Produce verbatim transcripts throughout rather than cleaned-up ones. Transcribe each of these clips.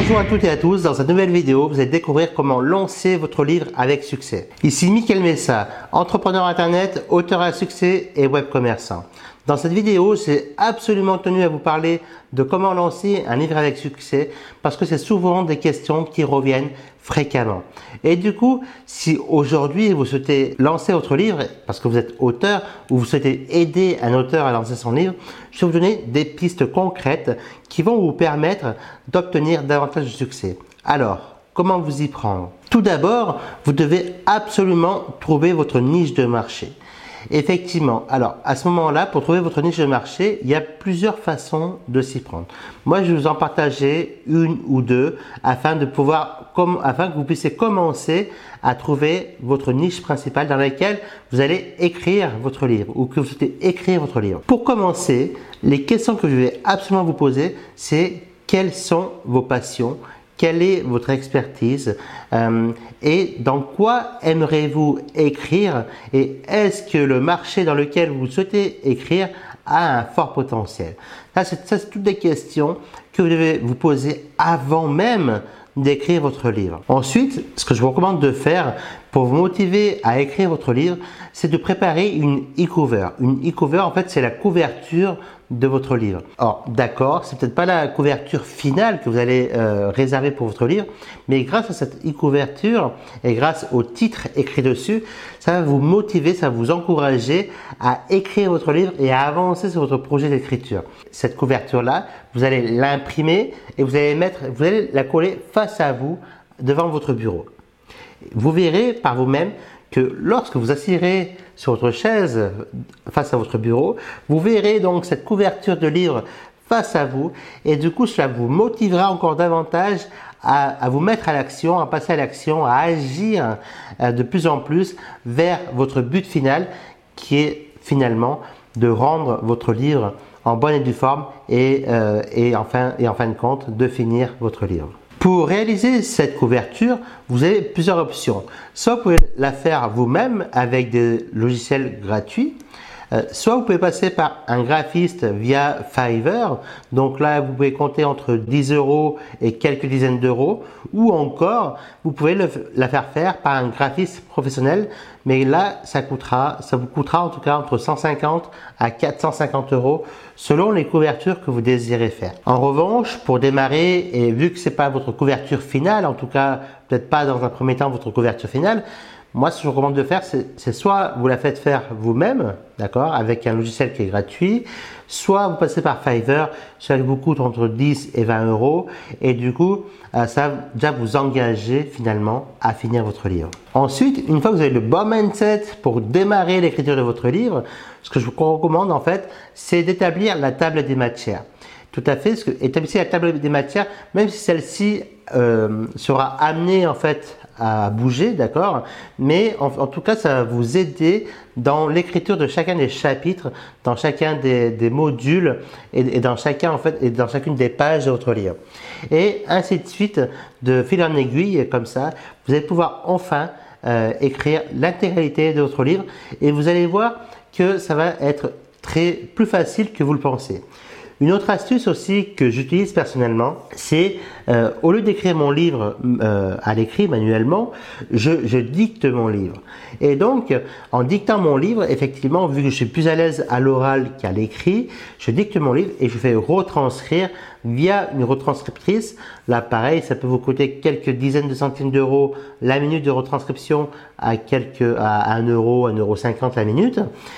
Bonjour à toutes et à tous, dans cette nouvelle vidéo, vous allez découvrir comment lancer votre livre avec succès. Ici Mickaël Messa, entrepreneur internet, auteur à succès et web commerçant. Dans cette vidéo, j'ai absolument tenu à vous parler de comment lancer un livre avec succès parce que c'est souvent des questions qui reviennent fréquemment. Et du coup, si aujourd'hui vous souhaitez lancer votre livre parce que vous êtes auteur ou vous souhaitez aider un auteur à lancer son livre, je vais vous donner des pistes concrètes qui vont vous permettre d'obtenir davantage de succès. Alors, comment vous y prendre? Tout d'abord, vous devez absolument trouver votre niche de marché. Effectivement, alors à ce moment-là, pour trouver votre niche de marché, il y a plusieurs façons de s'y prendre. Moi, je vais vous en partager une ou deux afin de pouvoir, comme, afin que vous puissiez commencer à trouver votre niche principale dans laquelle vous allez écrire votre livre ou que vous souhaitez écrire votre livre. Pour commencer, les questions que je vais absolument vous poser, c'est quelles sont vos passions? Quelle est votre expertise euh, et dans quoi aimeriez-vous écrire et est-ce que le marché dans lequel vous souhaitez écrire a un fort potentiel? Ça, c'est, ça, c'est toutes des questions que vous devez vous poser avant même d'écrire votre livre. Ensuite, ce que je vous recommande de faire pour vous motiver à écrire votre livre, c'est de préparer une e-cover. Une e-cover, en fait, c'est la couverture de votre livre. Alors, d'accord, c'est peut-être pas la couverture finale que vous allez euh, réserver pour votre livre, mais grâce à cette e-couverture et grâce au titre écrit dessus, ça va vous motiver, ça va vous encourager à écrire votre livre et à avancer sur votre projet d'écriture. Cette couverture-là, vous allez l'imprimer et vous allez mettre, vous allez la coller face à vous devant votre bureau. Vous verrez par vous-même que lorsque vous assirez sur votre chaise face à votre bureau, vous verrez donc cette couverture de livre face à vous et du coup cela vous motivera encore davantage à, à vous mettre à l'action, à passer à l'action, à agir de plus en plus vers votre but final qui est finalement de rendre votre livre en bonne et due forme et, euh, et, en fin, et en fin de compte de finir votre livre. Pour réaliser cette couverture, vous avez plusieurs options. Soit vous pouvez la faire vous-même avec des logiciels gratuits, euh, soit vous pouvez passer par un graphiste via Fiverr. Donc là, vous pouvez compter entre dix euros et quelques dizaines d'euros. Ou encore, vous pouvez le, la faire faire par un graphiste professionnel. Mais là, ça coûtera, ça vous coûtera en tout cas entre cent cinquante à quatre cent cinquante euros selon les couvertures que vous désirez faire. En revanche, pour démarrer, et vu que c'est pas votre couverture finale, en tout cas peut-être pas dans un premier temps votre couverture finale, moi ce que je vous recommande de faire, c'est, c'est soit vous la faites faire vous-même, d'accord, avec un logiciel qui est gratuit, soit vous passez par Fiverr, ça vous coûte entre dix et vingt euros, et du coup, ça va déjà vous engager finalement à finir votre livre. Ensuite, une fois que vous avez le bon mindset pour démarrer l'écriture de votre livre, ce que je vous recommande en fait, c'est d'établir la table des matières. Tout à fait, parce que établissez la table des matières, même si celle-ci euh, sera amenée en fait à bouger, d'accord, mais en, en tout cas ça va vous aider dans l'écriture de chacun des chapitres, dans chacun des, des modules et, et dans chacun en fait et dans chacune des pages de votre livre, et ainsi de suite, de fil en aiguille, comme ça vous allez pouvoir enfin euh, écrire l'intégralité de votre livre et vous allez voir que ça va être très plus facile que vous le pensez. Une autre astuce aussi que j'utilise personnellement, c'est euh, au lieu d'écrire mon livre euh, à l'écrit manuellement, je, je dicte mon livre. Et donc, en dictant mon livre, effectivement, vu que je suis plus à l'aise à l'oral qu'à l'écrit, je dicte mon livre et je fais retranscrire via une retranscriptrice. Là, pareil, ça peut vous coûter quelques dizaines de centimes d'euros la minute de retranscription à quelques à un euro, un euro cinquante la minute,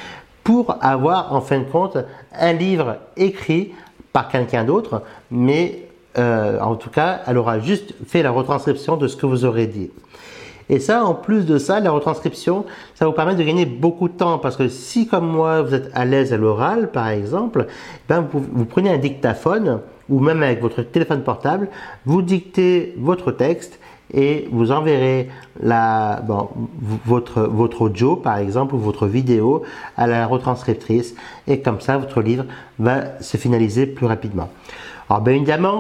pour avoir en fin de compte un livre écrit par quelqu'un d'autre, mais euh, en tout cas, elle aura juste fait la retranscription de ce que vous aurez dit. Et ça, en plus de ça, la retranscription, ça vous permet de gagner beaucoup de temps parce que si, comme moi, vous êtes à l'aise à l'oral, par exemple, ben vous, vous prenez un dictaphone ou même avec votre téléphone portable, vous dictez votre texte et vous enverrez la, bon, votre, votre audio par exemple ou votre vidéo à la retranscriptrice et comme ça votre livre va se finaliser plus rapidement. Alors bien évidemment,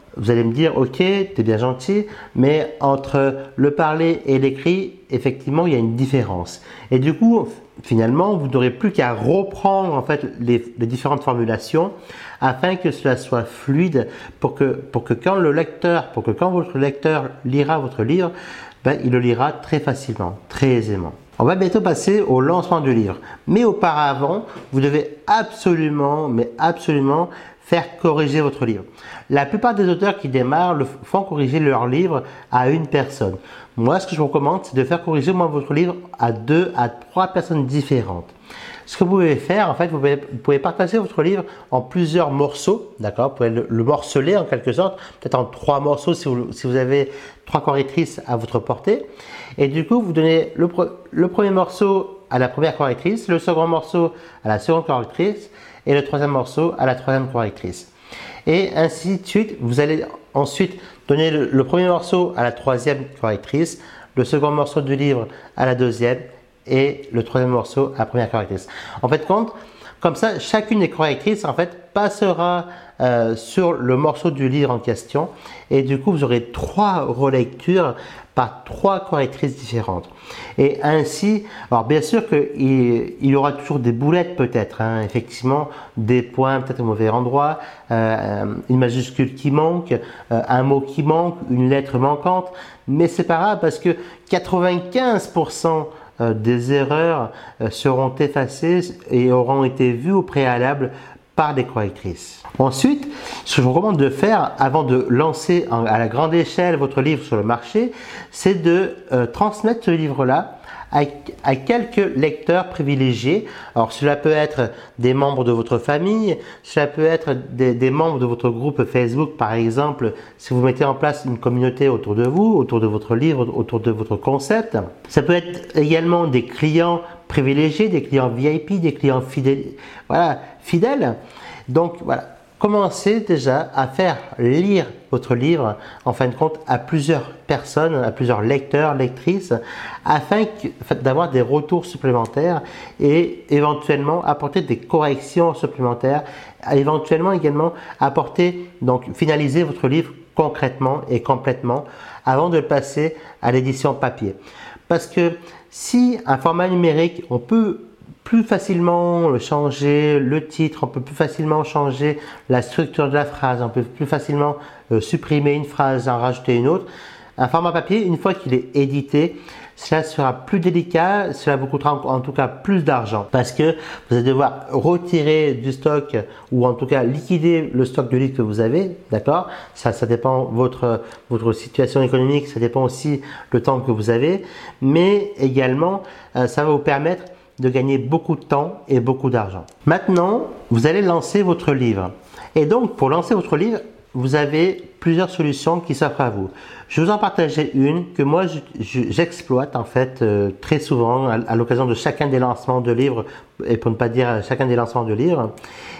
vous allez me dire, ok, t'es bien gentil, mais entre le parler et l'écrit, effectivement, il y a une différence. Et du coup, finalement, vous n'aurez plus qu'à reprendre en fait les, les différentes formulations afin que cela soit fluide pour que, pour que quand le lecteur, pour que quand votre lecteur lira votre livre, ben, il le lira très facilement, très aisément. On va bientôt passer au lancement du livre. Mais auparavant, vous devez absolument, mais absolument, faire corriger votre livre. La plupart des auteurs qui démarrent le font corriger leur livre à une personne. Moi, ce que je vous recommande, c'est de faire corriger moi, votre livre à deux à trois personnes différentes. Ce que vous pouvez faire, en fait, vous pouvez, vous pouvez partager votre livre en plusieurs morceaux, d'accord? Vous pouvez le, le morceler en quelque sorte, peut-être en trois morceaux si vous, si vous avez trois correctrices à votre portée. Et du coup, vous donnez le, le premier morceau à la première correctrice, le second morceau à la seconde correctrice et le troisième morceau à la troisième correctrice. Et ainsi de suite, vous allez ensuite donner le, le premier morceau à la troisième correctrice, le second morceau du livre à la deuxième et le troisième morceau à la première correctrice. En fait, compte, comme ça, chacune des correctrices en fait passera euh, sur le morceau du livre en question et du coup, vous aurez trois relectures par trois correctrices différentes. Et ainsi, alors bien sûr qu'il il y aura toujours des boulettes peut-être, hein, effectivement, des points peut-être au mauvais endroit, euh, une majuscule qui manque, euh, un mot qui manque, une lettre manquante, mais c'est pas grave parce que quatre-vingt-quinze pour cent des erreurs seront effacées et auront été vues au préalable par des correctrices. Ensuite, ce que je vous recommande de faire avant de lancer à la grande échelle votre livre sur le marché, c'est de euh, transmettre ce livre-là à, à quelques lecteurs privilégiés. Alors cela peut être des membres de votre famille, cela peut être des, des membres de votre groupe Facebook par exemple, si vous mettez en place une communauté autour de vous, autour de votre livre, autour de votre concept. Ça peut être également des clients privilégiés, des clients V I P, des clients fidèles. Voilà, fidèles. Donc voilà, commencez déjà à faire lire votre livre en fin de compte à plusieurs personnes, à plusieurs lecteurs, lectrices, afin d'avoir des retours supplémentaires et éventuellement apporter des corrections supplémentaires, éventuellement également apporter, donc finaliser votre livre concrètement et complètement avant de le passer à l'édition papier. Parce que si un format numérique, on peut plus facilement changer le titre, on peut plus facilement changer la structure de la phrase, on peut plus facilement euh, supprimer une phrase, en rajouter une autre. Un format papier, une fois qu'il est édité, cela sera plus délicat, cela vous coûtera en, en tout cas plus d'argent parce que vous allez devoir retirer du stock ou en tout cas liquider le stock de livres que vous avez, d'accord? Ça, ça dépend de votre, votre situation économique, ça dépend aussi le temps que vous avez, mais également, euh, ça va vous permettre de gagner beaucoup de temps et beaucoup d'argent. Maintenant, vous allez lancer votre livre. Et donc, pour lancer votre livre, vous avez plusieurs solutions qui s'offrent à vous. Je vais vous en partager une que moi j'exploite en fait euh, très souvent à, à l'occasion de chacun des lancements de livres et pour ne pas dire chacun des lancements de livres.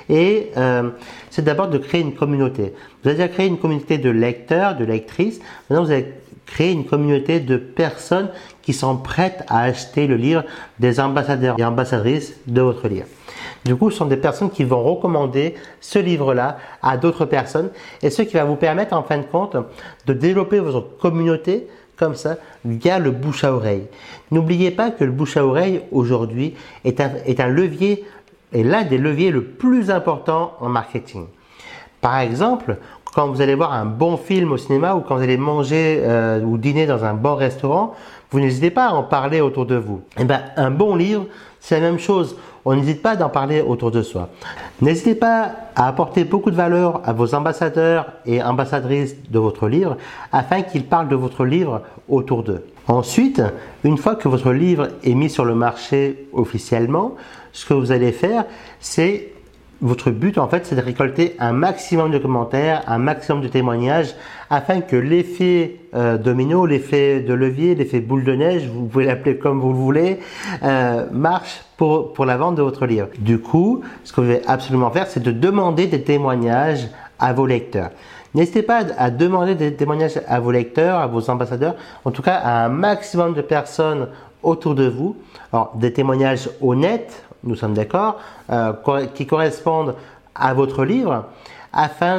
Et euh, c'est d'abord de créer une communauté. Vous avez déjà créé une communauté de lecteurs, de lectrices. Maintenant, vous avez créé une communauté de personnes qui sont prêtes à acheter le livre, des ambassadeurs et ambassadrices de votre livre. Du coup, ce sont des personnes qui vont recommander ce livre-là à d'autres personnes et ce qui va vous permettre en fin de compte de développer votre communauté comme ça via le bouche à oreille. N'oubliez pas que le bouche à oreille aujourd'hui est un, est un levier, est l'un des leviers le plus important en marketing. Par exemple, quand vous allez voir un bon film au cinéma ou quand vous allez manger euh, ou dîner dans un bon restaurant, vous n'hésitez pas à en parler autour de vous. Et ben, un bon livre, c'est la même chose. On n'hésite pas d'en parler autour de soi. N'hésitez pas à apporter beaucoup de valeur à vos ambassadeurs et ambassadrices de votre livre afin qu'ils parlent de votre livre autour d'eux. Ensuite, une fois que votre livre est mis sur le marché officiellement, ce que vous allez faire, c'est votre but en fait, c'est de récolter un maximum de commentaires, un maximum de témoignages afin que l'effet euh, domino, l'effet de levier, l'effet boule de neige, vous pouvez l'appeler comme vous le voulez, euh, marche pour, pour la vente de votre livre. Du coup, ce que vous devez absolument faire, c'est de demander des témoignages à vos lecteurs. N'hésitez pas à demander des témoignages à vos lecteurs, à vos ambassadeurs, en tout cas à un maximum de personnes autour de vous. Alors, des témoignages honnêtes, nous sommes d'accord, euh, qui correspondent à votre livre, afin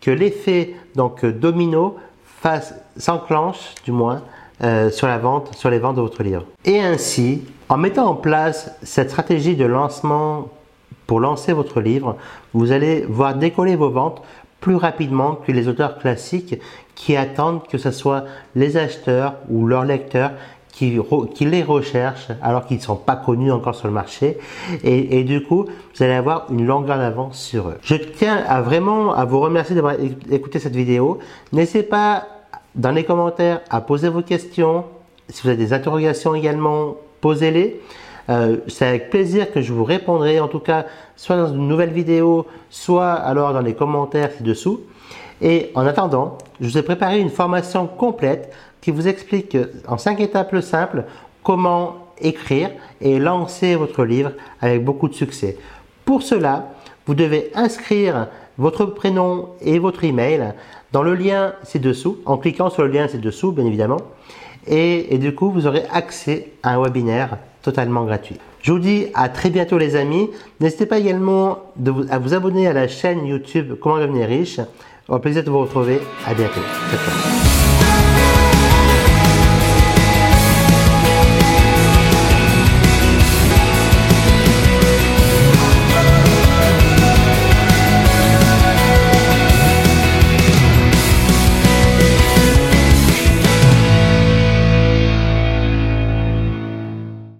que l'effet donc domino fasse s'enclenche du moins euh, sur la vente, sur les ventes de votre livre. Et ainsi, en mettant en place cette stratégie de lancement pour lancer votre livre, vous allez voir décoller vos ventes plus rapidement que les auteurs classiques qui attendent que ce soit les acheteurs ou leurs lecteurs qui, qui les recherchent alors qu'ils ne sont pas connus encore sur le marché et, et du coup vous allez avoir une longueur d'avance sur eux. Je tiens à vraiment à vous remercier d'avoir écouté cette vidéo. N'hésitez pas dans les commentaires à poser vos questions. Si vous avez des interrogations également, posez-les. Euh, c'est avec plaisir que je vous répondrai, en tout cas soit dans une nouvelle vidéo, soit alors dans les commentaires ci-dessous. Et en attendant, je vous ai préparé une formation complète qui vous explique en cinq étapes simples comment écrire et lancer votre livre avec beaucoup de succès. Pour cela, vous devez inscrire votre prénom et votre email dans le lien ci-dessous, en cliquant sur le lien ci-dessous bien évidemment. Et, et du coup, vous aurez accès à un webinaire totalement gratuit. Je vous dis à très bientôt les amis. N'hésitez pas également de vous, à vous abonner à la chaîne YouTube Comment devenir riche. Au plaisir de vous retrouver. À bientôt. Ciao, ciao.